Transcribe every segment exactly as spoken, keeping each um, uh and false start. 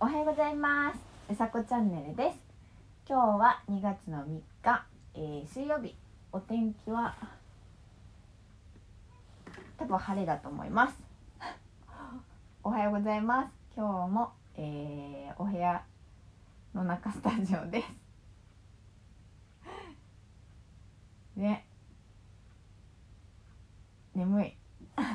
おはようございます。うさこチャンネルです。今日はにがつのみっか、えー、水曜日。お天気は多分晴れだと思います。おはようございます。今日も、えー、お部屋の中スタジオですね。眠い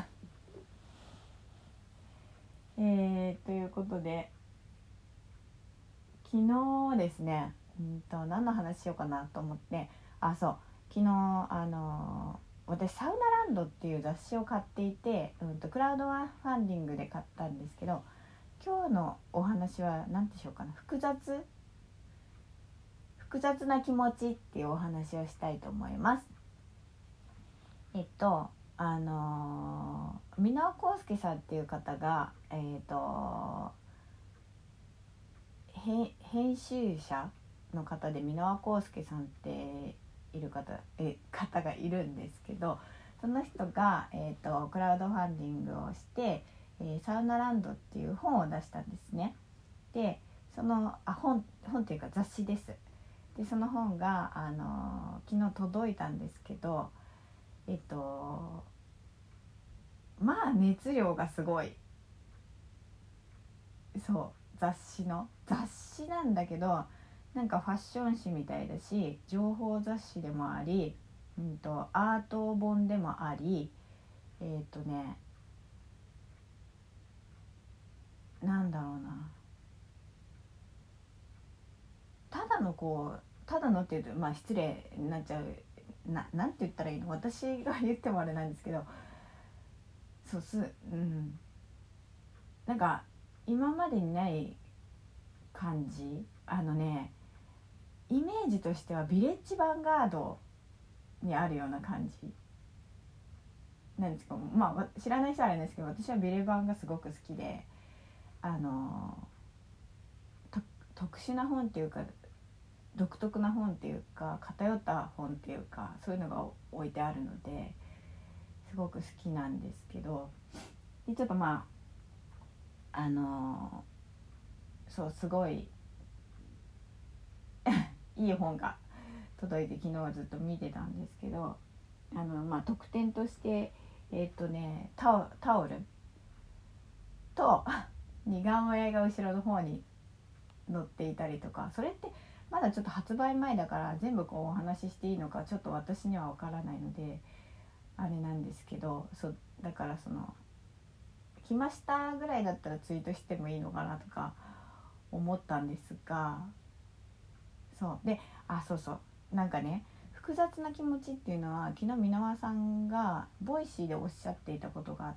えーということで、昨日ですね、うんと何の話しようかなと思って、あ、そう、昨日あのー、私サウナランドっていう雑誌を買っていて、うんとクラウドファンディングで買ったんですけど、今日のお話は何でしょうかね、複雑複雑な気持ちっていうお話をしたいと思います。えっとあのー、箕輪康介さんっていう方がえっと編集者の方で箕輪康介さんっている方え方がいるんですけど、その人が、えー、とクラウドファンディングをして、えー、サウナランドっていう本を出したんですね。でそのあ本本っていうか雑誌です。でその本が、あのー、昨日届いたんですけど、えっとまあ熱量がすごい。そう雑誌の雑誌なんだけど、なんかファッション誌みたいだし、情報雑誌でもあり、うんとアート本でもあり、えっとねなんだろうな、ただのこうただのっていうとまあ失礼になっちゃうな、なんて言ったらいいの、私が言ってもあれなんですけど、そうすうんなんか今までにない感じ。あのね、イメージとしてはビレッジヴァンガードにあるような感じなんですけど、まあ知らない人はあれなんですけど、私はビレバンがすごく好きで、あの特殊な本っていうか独特な本っていうか偏った本っていうか、そういうのが置いてあるのですごく好きなんですけど、でちょっとまああのそうすごいいい本が届いて、昨日はずっと見てたんですけど、あのまあ特典としてえっとねタオ、タオルと似顔絵が後ろの方に載っていたりとか、それってまだちょっと発売前だから全部こうお話ししていいのかちょっと私には分からないのであれなんですけど、そうだからその来ましたぐらいだったらツイートしてもいいのかなとか思ったんですが、そうで、あ、そうそう、なんかね、複雑な気持ちっていうのは昨日箕輪さんがボイシーでおっしゃっていたことがあって、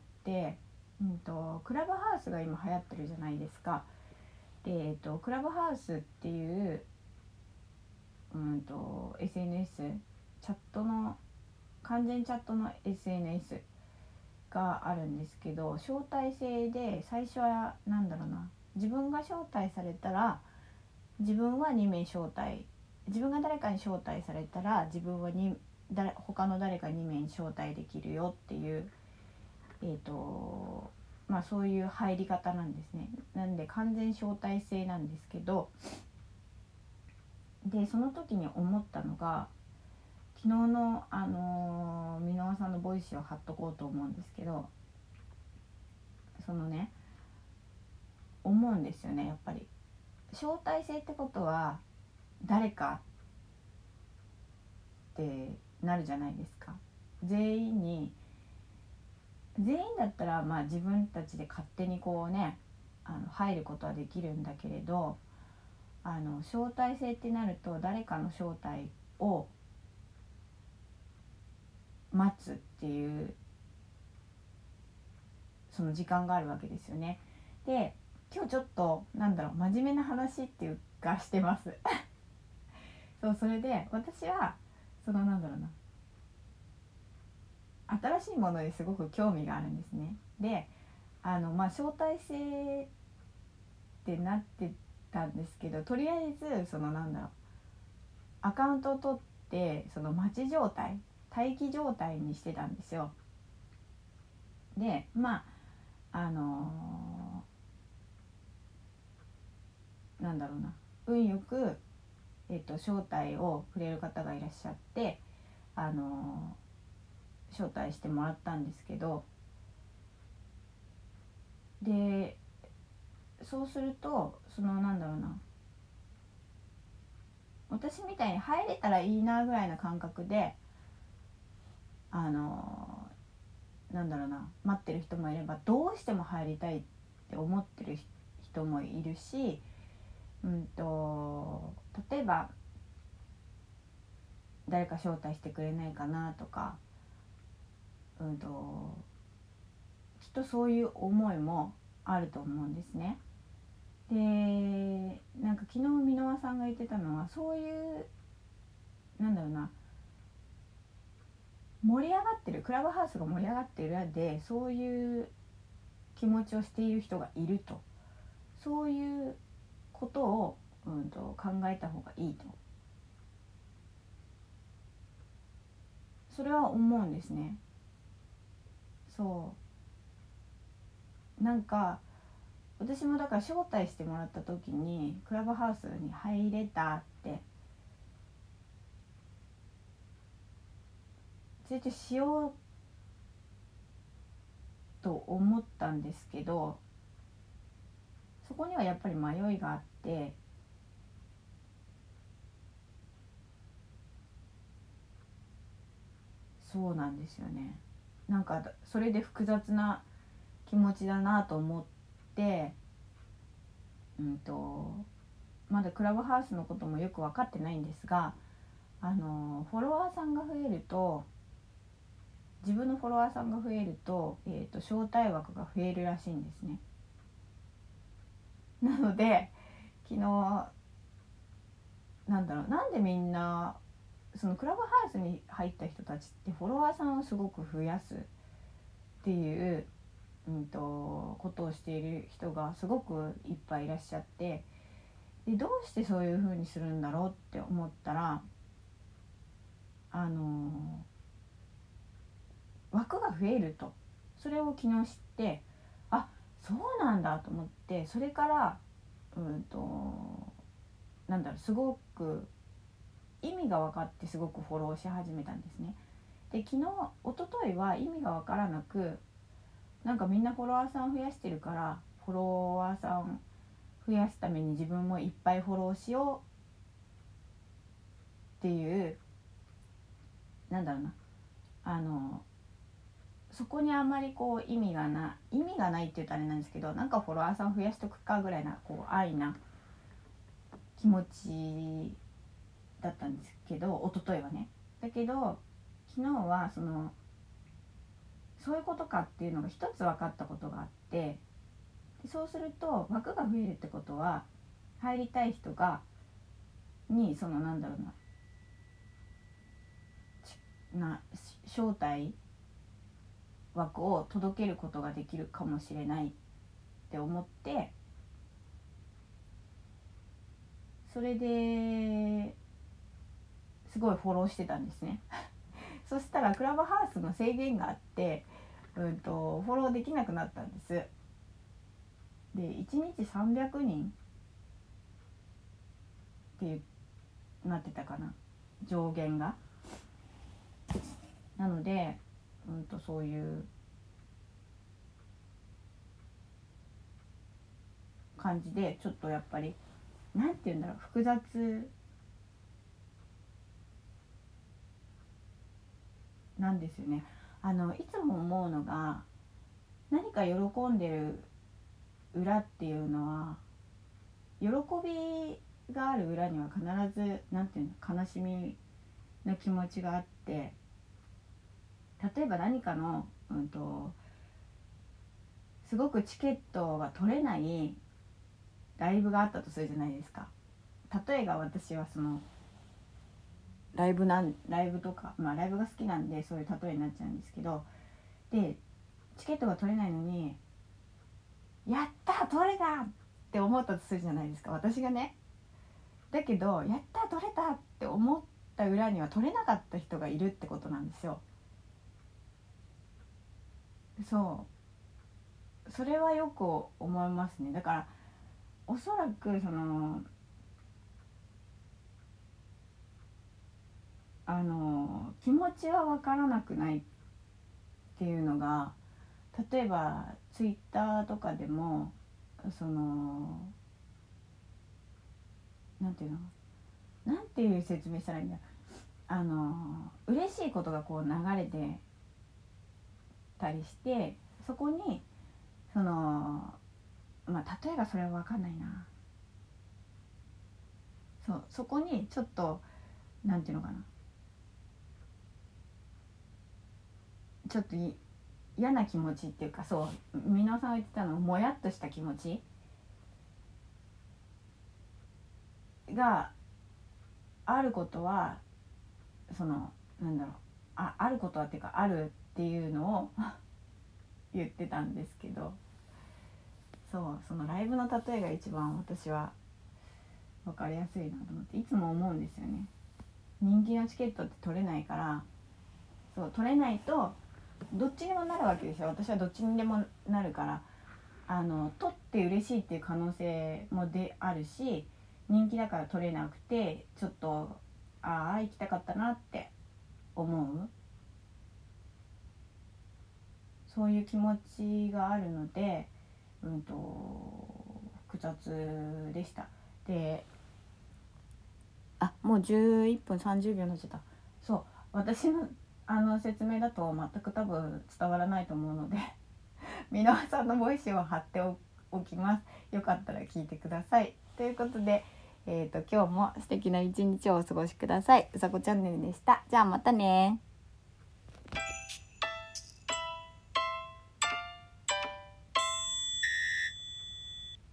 うんと、クラブハウスが今流行ってるじゃないですか。で、えっと、クラブハウスっていう、うんと、エスエヌエス チャットの完全チャットの エスエヌエス があるんですけど、招待制で最初はなんだろうな、自分が招待されたら自分はにめい招待、自分が誰かに招待されたら自分はに誰他の誰かにめいに招待できるよっていう、えーとまあ、そういう入り方なんですね。なんで完全招待制なんですけど、でその時に思ったのが、昨日の、あのー、箕輪さんのボイスを貼っとこうと思うんですけど、そのね思うんですよね、やっぱり招待制ってことは誰かってなるじゃないですか。全員に全員だったらまあ自分たちで勝手にこうね、あの入ることはできるんだけれど、あの招待制ってなると誰かの招待を待つっていうその時間があるわけですよね。で今日ちょっとなんだろう、真面目な話っていうかしてますそうそれで私はそのなんだろうな、新しいものにすごく興味があるんですね。であのまあ招待制ってなってたんですけど、とりあえずそのなんだろう、アカウントを取ってその待ち状態待機状態にしてたんですよ。でまああのなんだろうな運よく、えー、と招待をくれる方がいらっしゃって、あの招待してもらったんですけど、でそうするとそのなんだろうな私みたいに入れたらいいなぐらいな感覚で、あのなんだろうな待ってる人もいれば、どうしても入りたいって思ってる人もいるし、うんと例えば誰か招待してくれないかなとか、うんときっとそういう思いもあると思うんですね。でなんか昨日箕輪さんが言ってたのは、そういうなんだろうな盛り上がってるクラブハウスが盛り上がってる裏でそういう気持ちをしている人がいると、そういうことを、うん、と考えた方がいいと、それは思うんですね。そうなんか私もだから招待してもらった時にクラブハウスに入れたって成長しようと思ったんですけど、そこにはやっぱり迷いがあって、そうなんですよね。なんかそれで複雑な気持ちだなと思って、うんとまだクラブハウスのこともよく分かってないんですが、あのフォロワーさんが増えると自分のフォロワーさんが増えると、えーと、招待枠が増えるらしいんですね。なので昨日なんだろうなんでみんなそのクラブハウスに入った人たちってフォロワーさんをすごく増やすっていう、うんと、ことをしている人がすごくいっぱいいらっしゃって、でどうしてそういう風にするんだろうって思ったら、あの枠が増えると、それを昨日知って、あそうなんだと思って、それからうんとなんだろうすごく意味が分かってすごくフォローし始めたんですね。で昨日一昨日は意味が分からなく、なんかみんなフォロワーさん増やしてるからフォロワーさん増やすために自分もいっぱいフォローしようっていう、なんだろうなあのそこにあまりこう意味がな意味がないって言うとあれなんですけど、なんかフォロワーさん増やしとくかぐらいなこう愛な気持ちだったんですけど、一昨日はね。だけど昨日はそのそういうことかっていうのが一つ分かったことがあって、でそうすると枠が増えるってことは入りたい人がにそのなんだろうなな招待枠を届けることができるかもしれないって思って、それですごいフォローしてたんですね。そしたらクラブハウスの制限があって、うんとフォローできなくなったんです。でいちにちさんびゃくにんってなってたかな、上限が。なので、うんとそういう感じでちょっとやっぱりなんて言うんだろう複雑なんですよね。あのいつも思うのが、何か喜んでる裏っていうのは喜びがある裏には必ずなんていうの悲しみの気持ちがあって、例えば何かの、うんと、すごくチケットが取れないライブがあったとするじゃないですか。例えば私はそのライブなんライブとか、まあライブが好きなんでそういう例えになっちゃうんですけど、でチケットが取れないのにやった取れたって思ったとするじゃないですか、私がね。だけどやった取れたって思った裏には取れなかった人がいるってことなんですよ。そうそれはよく思いますね。だからおそらくそのあの気持ちは分からなくないっていうのが、例えばツイッターとかでもそのなんていうのなんていう説明したらいいんだ、あの嬉しいことがこう流れてたりして、そこにそのまあ例えばそれは分かんないな、そうそこにちょっとなんていうのかな、ちょっとい嫌な気持ちっていうか、そう箕輪さんが言ってたのもやっとした気持ちがあることは、そのなんだろう、ああることはっていうかあるっていうのを言ってたんですけど、そうそのライブの例えが一番私は分かりやすいなと思っていつも思うんですよね。人気のチケットって取れないから、そう取れないとどっちにもなるわけですよ。私はどっちにでもなるから、あの取って嬉しいっていう可能性もであるし、人気だから取れなくてちょっとああ行きたかったなって思う、そういう気持ちがあるので、うんと複雑でした。で、あもうじゅういっぷんさんじゅうびょうになっちゃった。そう私のあの説明だと全く多分伝わらないと思うので箕輪さんのボイスを貼っておきます。よかったら聞いてください。ということで、えーと、今日も素敵な一日をお過ごしください。うさこチャンネルでした。じゃあまたね。